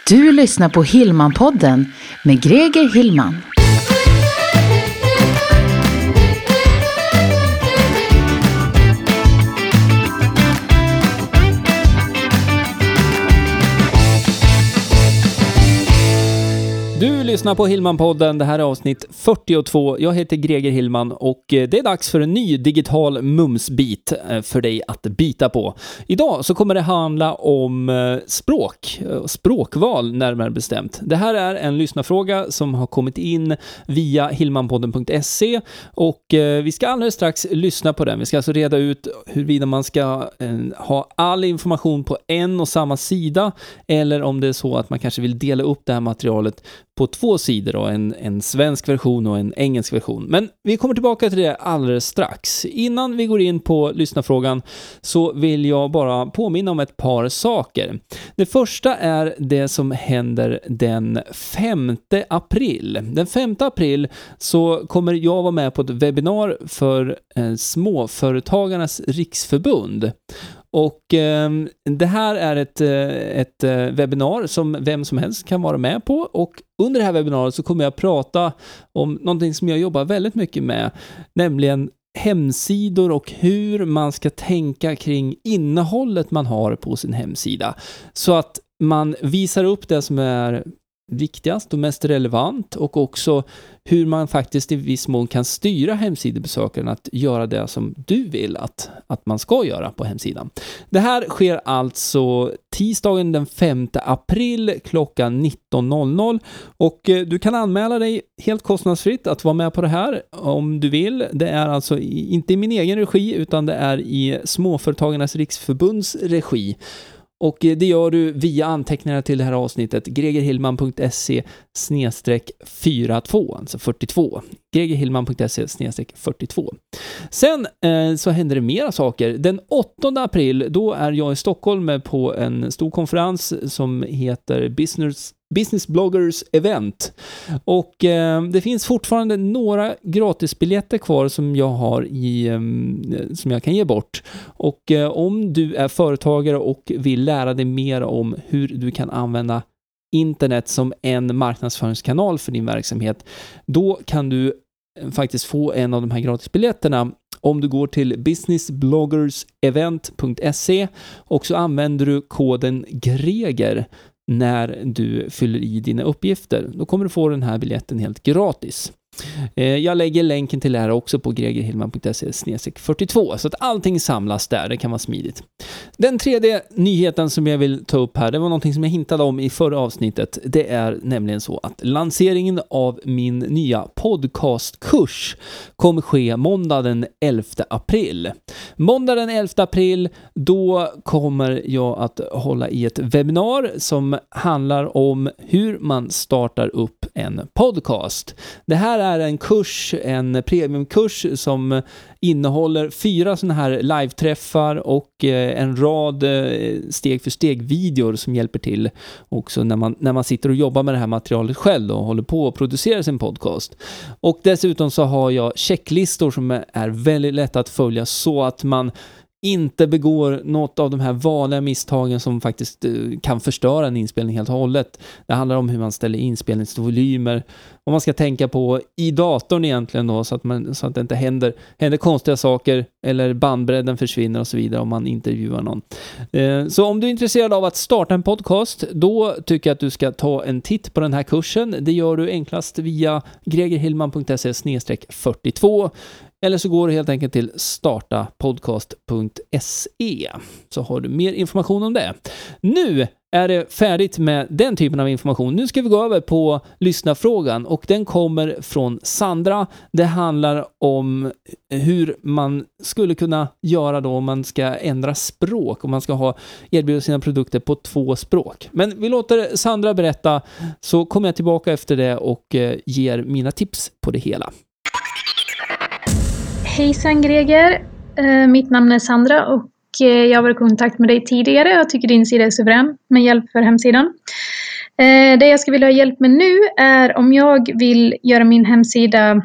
Du lyssnar på Hillman-podden med Greger Hillman. Du lyssnar på Hillman-podden, det här är avsnitt 42. Jag heter Greger Hillman och det är dags för en ny digital mumsbit för dig att bita på. Idag så kommer det handla om språkval närmare bestämt. Det här är en lyssnarfråga som har kommit in via hillmanpodden.se och vi ska alldeles strax lyssna på den. Vi ska alltså reda ut huruvida man ska ha all information på en och samma sida eller om det är så att man kanske vill dela upp det här materialet på två sidor då, en svensk version och en engelsk version. Men vi kommer tillbaka till det alldeles strax. Innan vi går in på lyssnarfrågan så vill jag bara påminna om ett par saker. Det första är det som händer den 5 april. Den 5 april så kommer jag vara med på ett webbinar för Småföretagarnas riksförbund. Och det här är ett webbinar som vem som helst kan vara med på, och under det här webbinariet så kommer jag prata om någonting som jag jobbar väldigt mycket med, nämligen hemsidor och hur man ska tänka kring innehållet man har på sin hemsida så att man visar upp det som är viktigast och mest relevant, och också hur man faktiskt i viss mån kan styra hemsidebesökaren att göra det som du vill att man ska göra på hemsidan. Det här sker alltså tisdagen den 5 april klockan 19.00 och du kan anmäla dig helt kostnadsfritt att vara med på det här om du vill. Det är alltså inte i min egen regi utan det är i Småföretagarnas riksförbunds regi. Och det gör du via anteckningarna till det här avsnittet gregerhillman.se/42, alltså 42. gregerhillman.se/42. Sen så händer det mera saker. Den 8 april då är jag i Stockholm på en stor konferens som heter Business Bloggers Event. Och det finns fortfarande några gratisbiljetter kvar som jag har som jag kan ge bort. Och om du är företagare och vill lära dig mer om hur du kan använda internet som en marknadsföringskanal för din verksamhet, då kan du faktiskt få en av de här gratisbiljetterna om du går till businessbloggersevent.se och så använder du koden GREGER när du fyller i dina uppgifter. Då kommer du få den här biljetten helt gratis. Jag lägger länken till det här också på gregerhillman.se/42 så att allting samlas där, det kan vara smidigt. Den tredje nyheten som jag vill ta upp här, det var någonting som jag hintade om i förra avsnittet. Det är nämligen så att lanseringen av min nya podcastkurs kommer ske måndag den 11 april. Måndag den 11 april, då kommer jag att hålla i ett webbinar som handlar om hur man startar upp en podcast. Det här är en kurs, en premiumkurs som innehåller 4 sådana här live-träffar och en rad steg för steg videor som hjälper till också när man sitter och jobbar med det här materialet själv och håller på att producera sin podcast. Och dessutom så har jag checklistor som är väldigt lätt att följa så att man inte begår något av de här vanliga misstagen som faktiskt kan förstöra en inspelning helt och hållet. Det handlar om hur man ställer inspelningsvolymer, vad man ska tänka på i datorn egentligen då, så att det inte händer konstiga saker eller bandbredden försvinner och så vidare om man intervjuar någon. Så om du är intresserad av att starta en podcast, då tycker jag att du ska ta en titt på den här kursen. Det gör du enklast via gregerhillman.se/42 eller så går du helt enkelt till startapodcast.se så har du mer information om det. Nu är det färdigt med den typen av information. Nu ska vi gå över på lyssnarfrågan och den kommer från Sandra. Det handlar om hur man skulle kunna göra då om man ska ändra språk, om man ska erbjuda sina produkter på 2 språk. Men vi låter Sandra berätta så kommer jag tillbaka efter det och ger mina tips på det hela. Hejsan Greger, mitt namn är Sandra och jag har varit i kontakt med dig tidigare. Jag tycker din sida är suverän med hjälp för hemsidan. Det jag ska vilja ha hjälp med nu är om jag vill göra min hemsida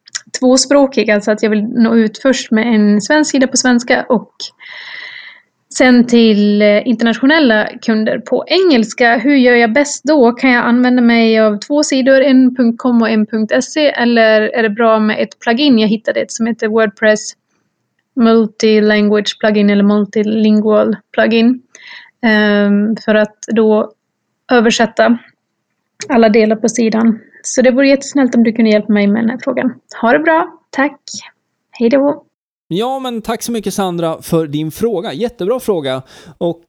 tvåspråkig. Alltså att jag vill nå ut först med en svensk sida på svenska och Sen till internationella kunder på engelska. Hur gör jag bäst då? Kan jag använda mig av 2 sidor, en .com och en .se, eller är det bra med ett plugin? Jag hittade ett som heter WordPress Multilanguage plugin eller Multilingual plugin. För att då översätta alla delar på sidan. Så det vore jättesnällt om du kunde hjälpa mig med den här frågan. Ha det bra. Tack. Hej då. Ja, men tack så mycket Sandra för din fråga. Jättebra fråga. Och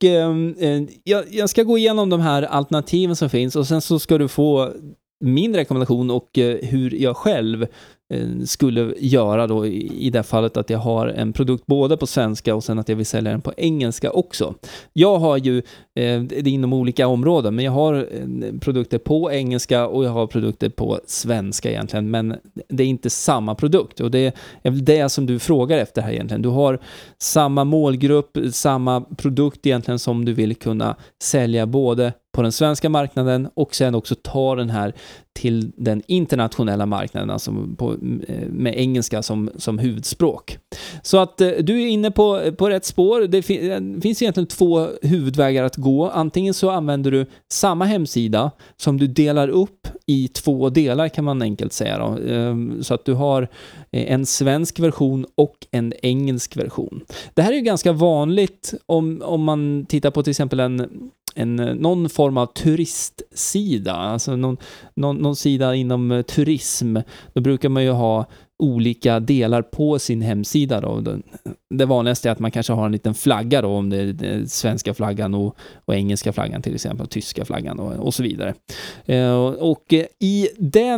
jag ska gå igenom de här alternativen som finns och sen så ska du få min rekommendation och hur jag själv skulle göra då i det fallet att jag har en produkt både på svenska och sen att jag vill sälja den på engelska också. Jag har ju det inom olika områden, men jag har produkter på engelska och jag har produkter på svenska egentligen, men det är inte samma produkt och det är väl det som du frågar efter här egentligen. Du har samma målgrupp, samma produkt egentligen som du vill kunna sälja både på den svenska marknaden och sen också ta den här till den internationella marknaden, alltså med engelska som huvudspråk. Så att du är inne på rätt spår. Det finns egentligen 2 huvudvägar att gå. Antingen så använder du samma hemsida som du delar upp i 2 delar kan man enkelt säga då. Så att du har en svensk version och en engelsk version. Det här är ju ganska vanligt om man tittar på till exempel någon form av turistsida, alltså någon sida inom turism. Då brukar man ju ha olika delar på sin hemsida då. Det vanligaste är att man kanske har en liten flagga då, om det är svenska flaggan och engelska flaggan till exempel, och tyska flaggan och så vidare. Och i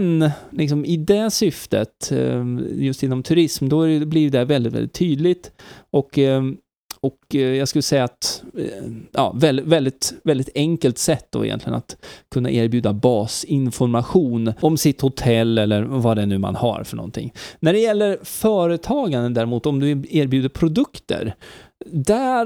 det syftet, just inom turism, då blir det väldigt, väldigt tydligt och jag skulle säga att väldigt, väldigt enkelt sätt då egentligen att kunna erbjuda basinformation om sitt hotell eller vad det nu man har för någonting. När det gäller företagande däremot, om du erbjuder produkter, där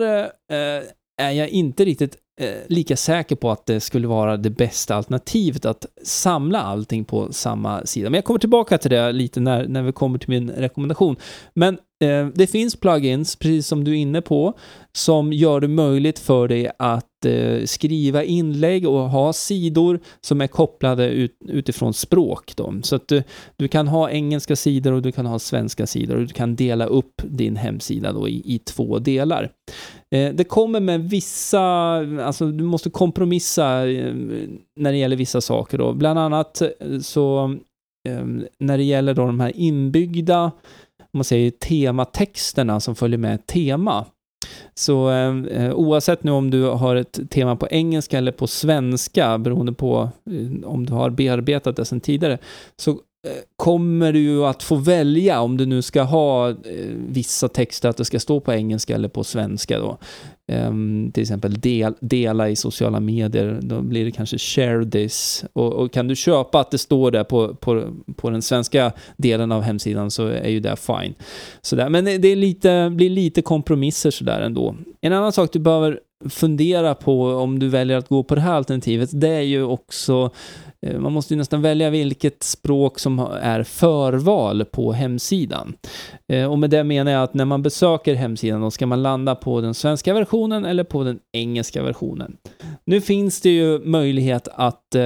är jag inte riktigt lika säker på att det skulle vara det bästa alternativet att samla allting på samma sida. Men jag kommer tillbaka till det lite när vi kommer till min rekommendation. Men det finns plugins, precis som du är inne på, som gör det möjligt för dig att skriva inlägg och ha sidor som är kopplade utifrån språk då. Så att du kan ha engelska sidor och du kan ha svenska sidor och du kan dela upp din hemsida då i 2 delar. Det kommer med vissa, alltså du måste kompromissa när det gäller vissa saker då. Bland annat så när det gäller då de här inbyggda, om man säger tematexterna som följer med tema. Så oavsett nu om du har ett tema på engelska eller på svenska, beroende på om du har bearbetat det sedan tidigare, så kommer du ju att få välja om du nu ska ha vissa texter att det ska stå på engelska eller på svenska då. Till exempel dela i sociala medier, då blir det kanske share this, och kan du köpa att det står där på den svenska delen av hemsidan, så är ju det fine. Sådär. Men det blir lite kompromisser sådär ändå. En annan sak du behöver fundera på om du väljer att gå på det här alternativet, det är ju också, man måste ju nästan välja vilket språk som är förval på hemsidan. Och med det menar jag att när man besöker hemsidan, då ska man landa på den svenska versionen eller på den engelska versionen. Nu finns det ju möjlighet att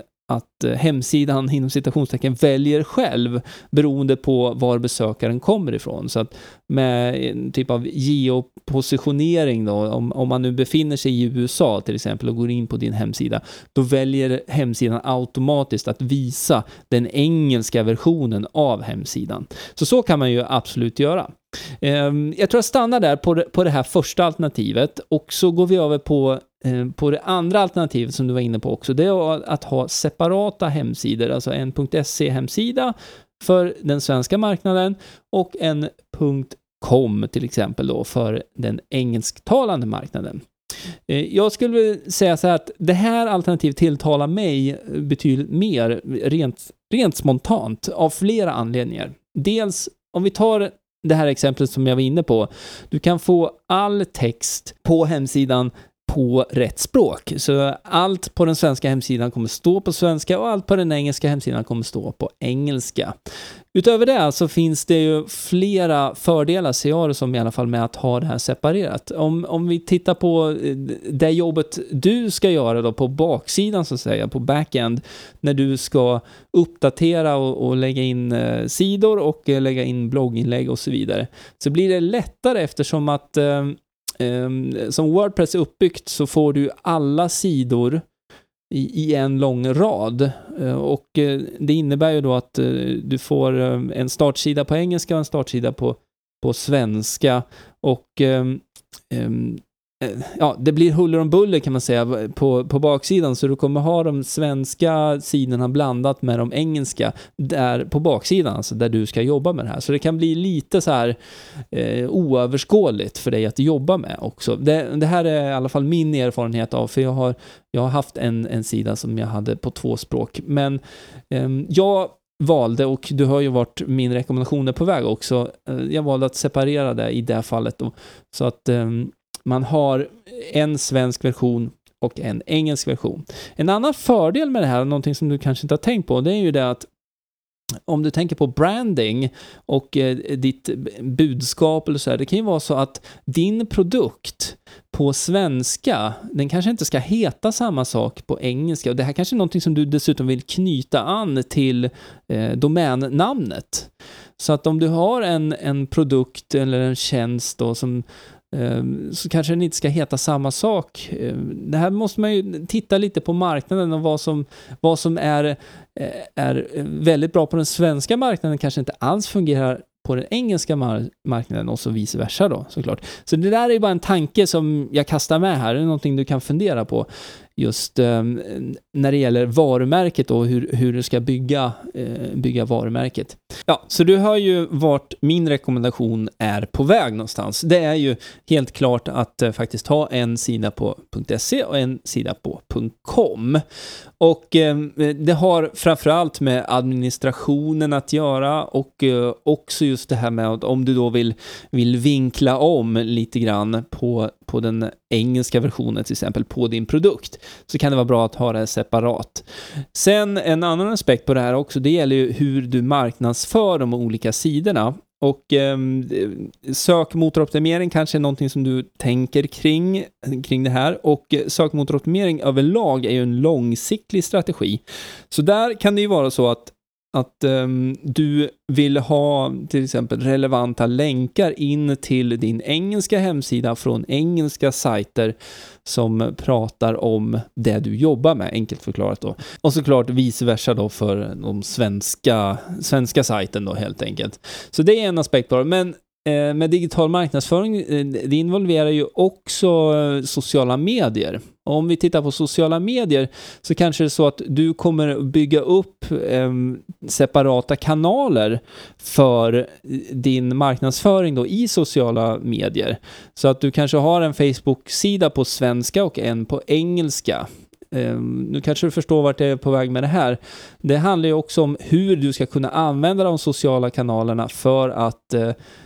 hemsidan inom citationstecken väljer själv beroende på var besökaren kommer ifrån. Så att med en typ av geopositionering då, om man nu befinner sig i USA till exempel och går in på din hemsida, då väljer hemsidan automatiskt att visa den engelska versionen av hemsidan. Så kan man ju absolut göra. Jag tror jag stannar där på det här första alternativet, och så går vi över på det andra alternativet som du var inne på också. Det är att ha separata hemsidor, alltså en .se-hemsida för den svenska marknaden och en .com till exempel då för den engelsktalande marknaden. Jag skulle säga så här att det här alternativet tilltalar mig betydligt mer rent spontant av flera anledningar. Dels, om vi tar det här exemplet som jag var inne på, du kan få all text på hemsidan på rätt språk. Så allt på den svenska hemsidan kommer stå på svenska och allt på den engelska hemsidan kommer stå på engelska. Utöver det så finns det ju flera fördelar, ser jag det som, i alla fall med att ha det här separerat. Om vi tittar på det jobbet du ska göra då på baksidan, så att säga, på backend, när du ska uppdatera och lägga in sidor och lägga in blogginlägg och så vidare, så blir det lättare eftersom att som WordPress är uppbyggt så får du alla sidor i en lång rad, och det innebär ju då att du får en startsida på engelska och en startsida på svenska, och ja, det blir huller om buller kan man säga på baksidan, så du kommer ha de svenska sidorna blandat med de engelska där på baksidan, alltså där du ska jobba med det här. Så det kan bli lite så här oöverskådligt för dig att jobba med också. Det här är i alla fall min erfarenhet av, för jag har haft en sida som jag hade på 2 språk, men jag valde, och du har ju varit min rekommendationer på väg också, jag valde att separera det i det fallet då, så att man har en svensk version och en engelsk version. En annan fördel med det här, någonting som du kanske inte har tänkt på, det är ju det att om du tänker på branding och ditt budskap eller så här, det kan ju vara så att din produkt på svenska, den kanske inte ska heta samma sak på engelska, och det här kanske är någonting som du dessutom vill knyta an till domännamnet. Så att om du har en produkt eller en tjänst då, så kanske den inte ska heta samma sak. Det här måste man ju titta lite på marknaden, och vad som är väldigt bra på den svenska marknaden kanske inte alls fungerar på den engelska marknaden, och så vice versa då, såklart. Så det där är bara en tanke som jag kastar med här. Det är någonting du kan fundera på just när det gäller varumärket och hur du ska bygga varumärket. Ja, så du hör ju vart min rekommendation är på väg någonstans. Det är ju helt klart att faktiskt ha en sida på .se och en sida på .com. Och det har framförallt med administrationen att göra, och också just det här med att om du då vill vinkla om lite grann på den engelska versionen till exempel på din produkt, så kan det vara bra att ha det separat. Sen en annan aspekt på det här också, det gäller ju hur du marknadsför de olika sidorna. Och sökmotoroptimering kanske är någonting som du tänker kring det här, och sökmotoroptimering överlag är ju en långsiktig strategi. Så där kan det ju vara så att du vill ha till exempel relevanta länkar in till din engelska hemsida från engelska sajter som pratar om det du jobbar med, enkelt förklarat då. Och såklart vice versa då för de svenska sajten då, helt enkelt. Så det är en aspekt på det. Men med digital marknadsföring, det involverar ju också sociala medier. Och om vi tittar på sociala medier, så kanske det är så att du kommer bygga upp separata kanaler för din marknadsföring då i sociala medier. Så att du kanske har en Facebook-sida på svenska och en på engelska. Nu kanske du förstår vart jag är på väg med det här. Det handlar ju också om hur du ska kunna använda de sociala kanalerna för att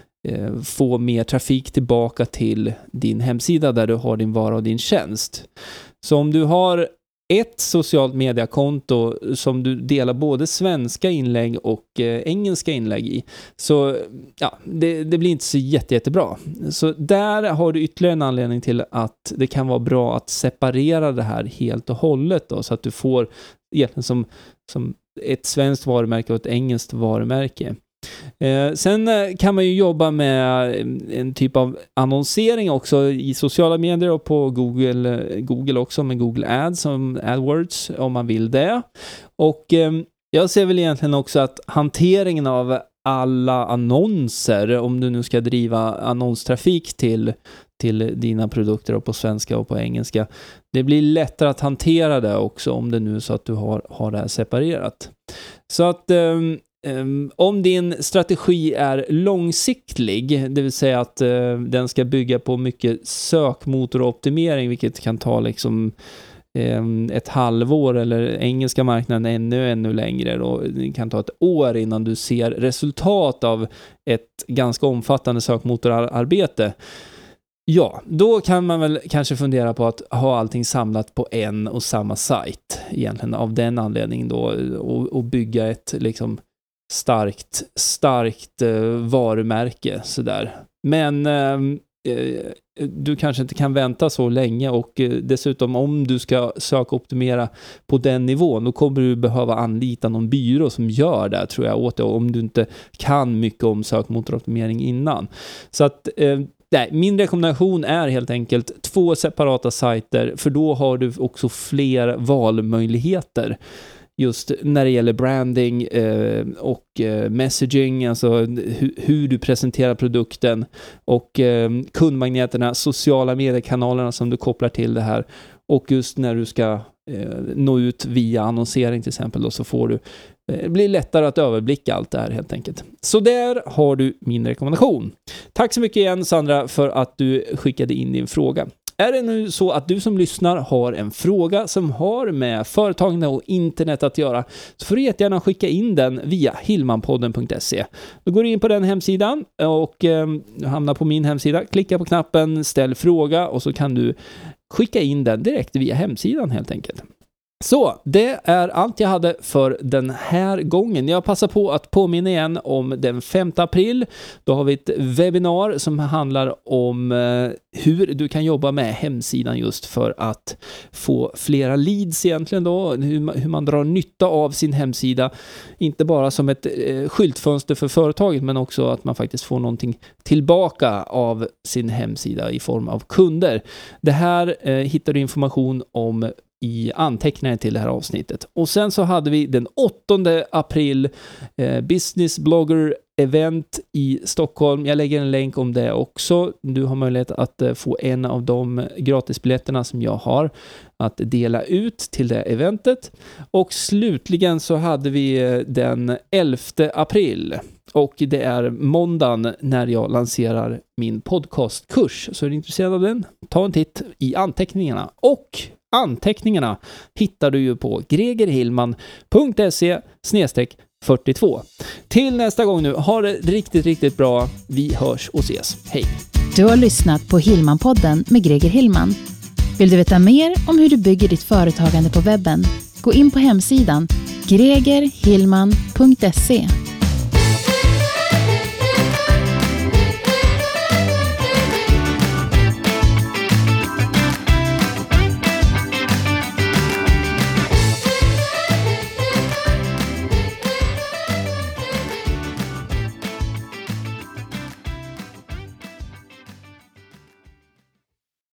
få mer trafik tillbaka till din hemsida där du har din vara och din tjänst. Så om du har ett socialt mediekonto som du delar både svenska inlägg och engelska inlägg i, så ja, det blir inte så jättebra. Så där har du ytterligare en anledning till att det kan vara bra att separera det här helt och hållet då, så att du får egentligen som ett svenskt varumärke och ett engelskt varumärke. Sen kan man ju jobba med en typ av annonsering också i sociala medier och på Google också, med Google Ads som AdWords om man vill det. Och jag ser väl egentligen också att hanteringen av alla annonser, om du nu ska driva annonstrafik till dina produkter och på svenska och på engelska, det blir lättare att hantera det också om det nu är så att du har det här separerat. Så att om din strategi är långsiktig, det vill säga att den ska bygga på mycket sökmotoroptimering, vilket kan ta liksom ett halvår, eller engelska marknaden ännu längre då, det kan ta ett år innan du ser resultat av ett ganska omfattande sökmotorarbete, Ja, då kan man väl kanske fundera på att ha allting samlat på en och samma sajt egentligen av den anledningen då, och bygga ett liksom starkt varumärke sådär. Men du kanske inte kan vänta så länge, och dessutom om du ska sökoptimera på den nivån, då kommer du behöva anlita någon byrå som gör det, tror jag, åt det, om du inte kan mycket om sökmotoroptimering innan. Så att min rekommendation är helt enkelt 2 separata sajter, för då har du också fler valmöjligheter just när det gäller branding och messaging, alltså hur du presenterar produkten, och kundmagneterna, sociala mediekanalerna som du kopplar till det här, och just när du ska nå ut via annonsering till exempel, då, så får du blir lättare att överblicka allt det här helt enkelt. Så där har du min rekommendation. Tack så mycket igen, Sandra, för att du skickade in din fråga. Är det nu så att du som lyssnar har en fråga som har med företagande och internet att göra, så får du jättegärna skicka in den via hillmanpodden.se. Då går du in på den hemsidan och hamnar på min hemsida, klicka på knappen ställ fråga, och så kan du skicka in den direkt via hemsidan helt enkelt. Så, det är allt jag hade för den här gången. Jag passar på att påminna igen om den 5 april. Då har vi ett webbinar som handlar om hur du kan jobba med hemsidan just för att få flera leads egentligen då. Hur man drar nytta av sin hemsida. Inte bara som ett skyltfönster för företaget, men också att man faktiskt får någonting tillbaka av sin hemsida i form av kunder. Det här hittar du information om i anteckningar till det här avsnittet. Och sen så hade vi den 8 april Business Blogger event i Stockholm. Jag lägger en länk om det också. Du har möjlighet att få en av de gratisbiljetterna som jag har att dela ut till det eventet. Och slutligen så hade vi den 11 april. Och det är måndagen när jag lanserar min podcastkurs. Så är du intresserad av den? Ta en titt i anteckningarna. Och anteckningarna hittar du ju på gregerhillman.se/42. Till nästa gång nu, ha det riktigt bra. Vi hörs och ses. Hej! Du har lyssnat på Hillmanpodden med Greger Hillman. Vill du veta mer om hur du bygger ditt företagande på webben? Gå in på hemsidan gregerhillman.se.